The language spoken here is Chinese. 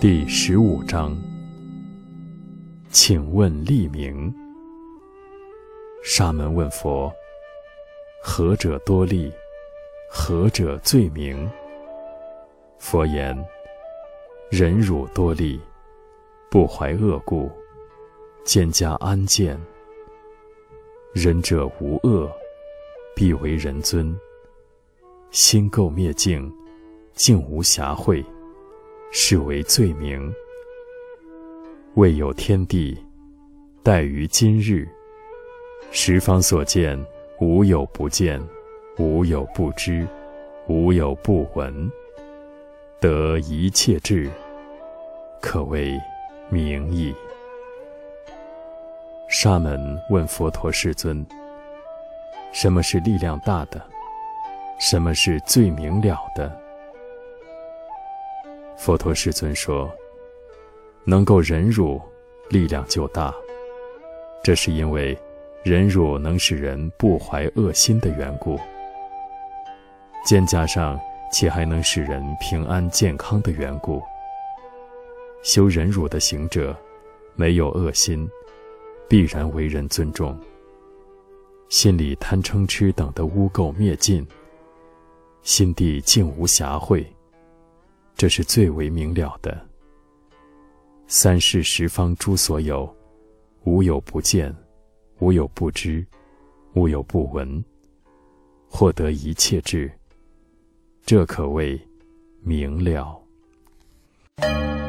第15章，请问立名。沙门问佛：何者多利？何者最明？佛言：忍辱多利，不怀恶故，蒹葭安见。仁者无恶，必为人尊。心垢灭净，净无瑕秽，是为最明。未有天地，待于今日，十方所见，无有不见，无有不知，无有不闻，得一切智，可谓明矣。沙门问佛陀世尊：什么是力量大的？什么是最明了的？佛陀世尊说：能够忍辱，力量就大。这是因为忍辱能使人不怀恶心的缘故，蒹葭上且还能使人平安健康的缘故。修忍辱的行者，没有恶心，必然为人尊重。心里贪嗔痴等的污垢灭尽，心地净无瑕秽，这是最为明了的。三世十方诸所有，无有不见，无有不知，无有不闻，获得一切智，这可谓明了。